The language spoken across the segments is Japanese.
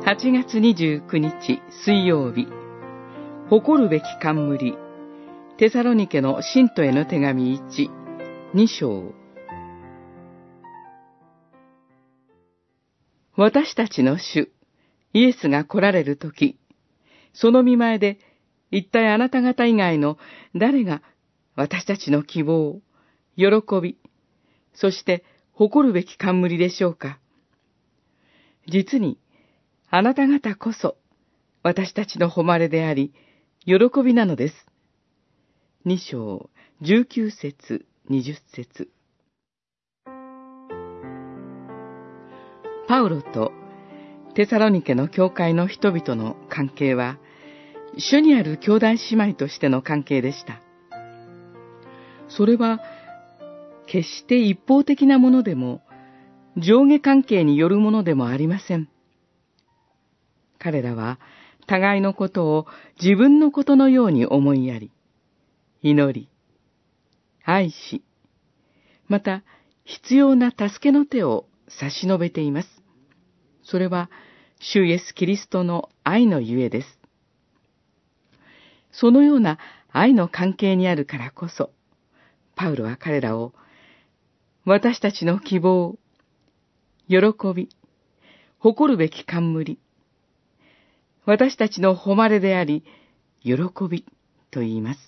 8月29日水曜日、誇るべき冠、テサロニケの信徒への手紙1、2章。私たちの主、イエスが来られるとき、その見前で、一体あなた方以外の誰が私たちの希望、喜び、そして誇るべき冠でしょうか。実に、あなた方こそ私たちの誉れであり、喜びなのです。2章19節20節。パウロとテサロニケの教会の人々の関係は、主にある兄弟姉妹としての関係でした。それは、決して一方的なものでも、上下関係によるものでもありません。彼らは、互いのことを自分のことのように思いやり、祈り、愛し、また必要な助けの手を差し伸べています。それは、主イエス・キリストの愛のゆえです。そのような愛の関係にあるからこそ、パウロは彼らを、私たちの希望、喜び、誇るべき冠、私たちの誉れであり、喜びと言います。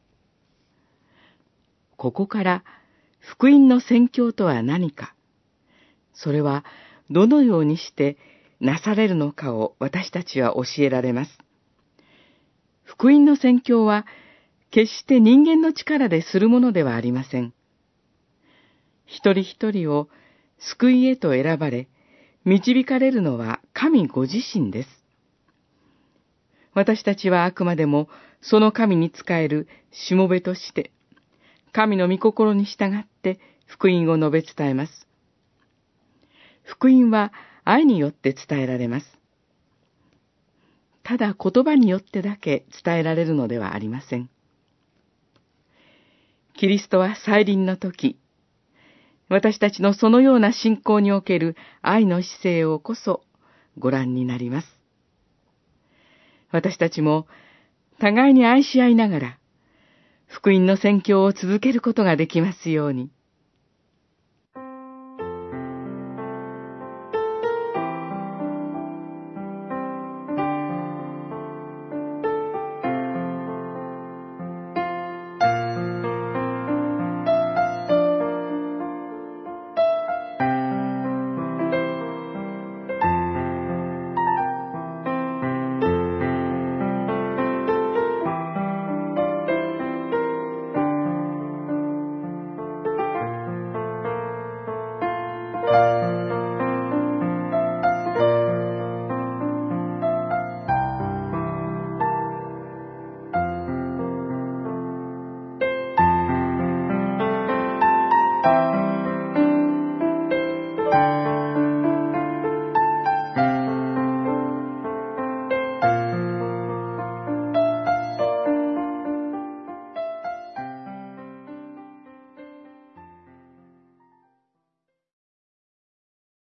ここから福音の宣教とは何か、それはどのようにしてなされるのかを私たちは教えられます。福音の宣教は決して人間の力でするものではありません。一人一人を救いへと選ばれ、導かれるのは神ご自身です。私たちはあくまでもその神に仕えるしもべとして、神の御心に従って福音を述べ伝えます。福音は愛によって伝えられます。ただ言葉によってだけ伝えられるのではありません。キリストは再臨の時、私たちのそのような信仰における愛の姿勢をこそご覧になります。私たちも互いに愛し合いながら、福音の宣教を続けることができますように。